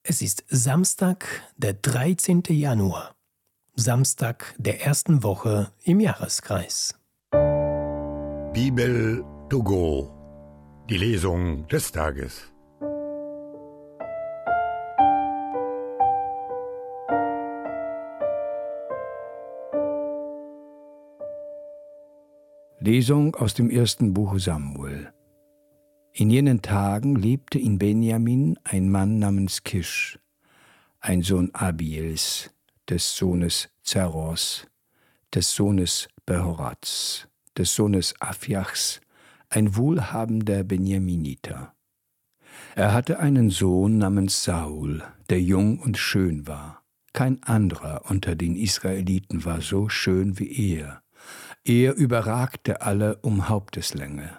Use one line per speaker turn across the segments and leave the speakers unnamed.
Es ist Samstag, der 13. Januar, Samstag der ersten Woche im Jahreskreis.
Bibel to go, die Lesung des Tages.
Lesung aus dem ersten Buch Samuel. In jenen Tagen lebte in Benjamin ein Mann namens Kisch, ein Sohn Abiels, des Sohnes Zeros, des Sohnes Behorats, des Sohnes Aphiachs, ein wohlhabender Benjaminiter. Er hatte einen Sohn namens Saul, der jung und schön war. Kein anderer unter den Israeliten war so schön wie er. Er überragte alle um Haupteslänge.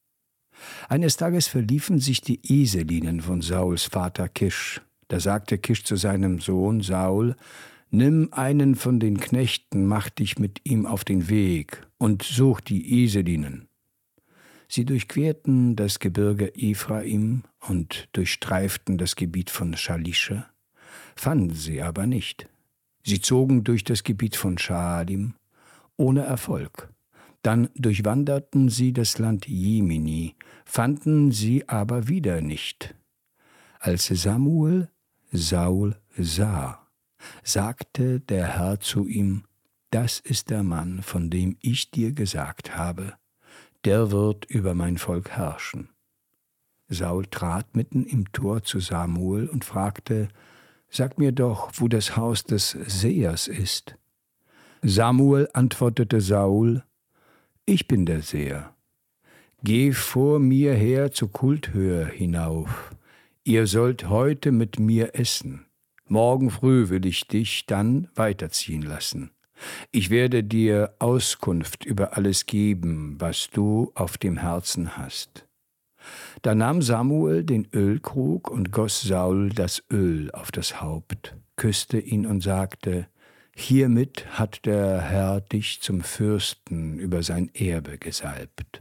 Eines Tages verliefen sich die Eselinen von Sauls Vater Kisch. Da sagte Kisch zu seinem Sohn Saul: »Nimm einen von den Knechten, mach dich mit ihm auf den Weg und such die Eselinen.« Sie durchquerten das Gebirge Ephraim und durchstreiften das Gebiet von Schalische, fanden sie aber nicht. Sie zogen durch das Gebiet von Schaalim, ohne Erfolg. Dann durchwanderten sie das Land Jemini, fanden sie aber wieder nicht. Als Samuel Saul sah, sagte der Herr zu ihm: »Das ist der Mann, von dem ich dir gesagt habe, der wird über mein Volk herrschen.« Saul trat mitten im Tor zu Samuel und fragte: »Sag mir doch, wo das Haus des Sehers ist.« Samuel antwortete Saul: »Ich bin der Seher. Geh vor mir her zur Kulthöhe hinauf. Ihr sollt heute mit mir essen. Morgen früh will ich dich dann weiterziehen lassen. Ich werde dir Auskunft über alles geben, was du auf dem Herzen hast.« Da nahm Samuel den Ölkrug und goss Saul das Öl auf das Haupt, küsste ihn und sagte: »Hiermit hat der Herr dich zum Fürsten über sein Erbe gesalbt.«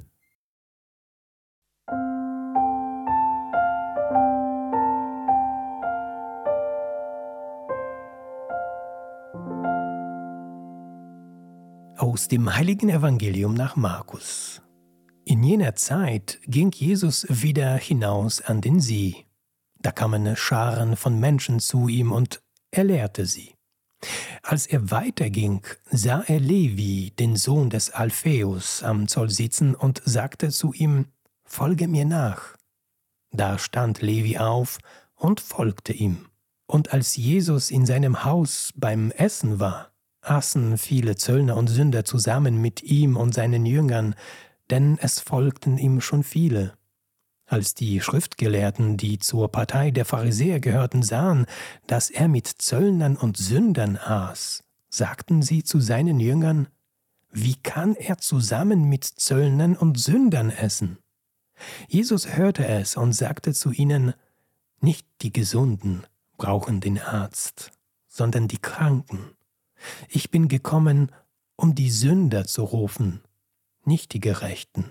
Aus dem Heiligen Evangelium nach Markus. In jener Zeit ging Jesus wieder hinaus an den See. Da kamen Scharen von Menschen zu ihm und er lehrte sie. Als er weiterging, sah er Levi, den Sohn des Alpheus, am Zoll sitzen und sagte zu ihm: »Folge mir nach.« Da stand Levi auf und folgte ihm. Und als Jesus in seinem Haus beim Essen war, aßen viele Zöllner und Sünder zusammen mit ihm und seinen Jüngern, denn es folgten ihm schon viele. Als die Schriftgelehrten, die zur Partei der Pharisäer gehörten, sahen, dass er mit Zöllnern und Sündern aß, sagten sie zu seinen Jüngern: »Wie kann er zusammen mit Zöllnern und Sündern essen?« Jesus hörte es und sagte zu ihnen: »Nicht die Gesunden brauchen den Arzt, sondern die Kranken. Ich bin gekommen, um die Sünder zu rufen, nicht die Gerechten.«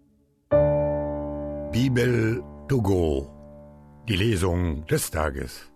Bibel to go, die Lesung des Tages.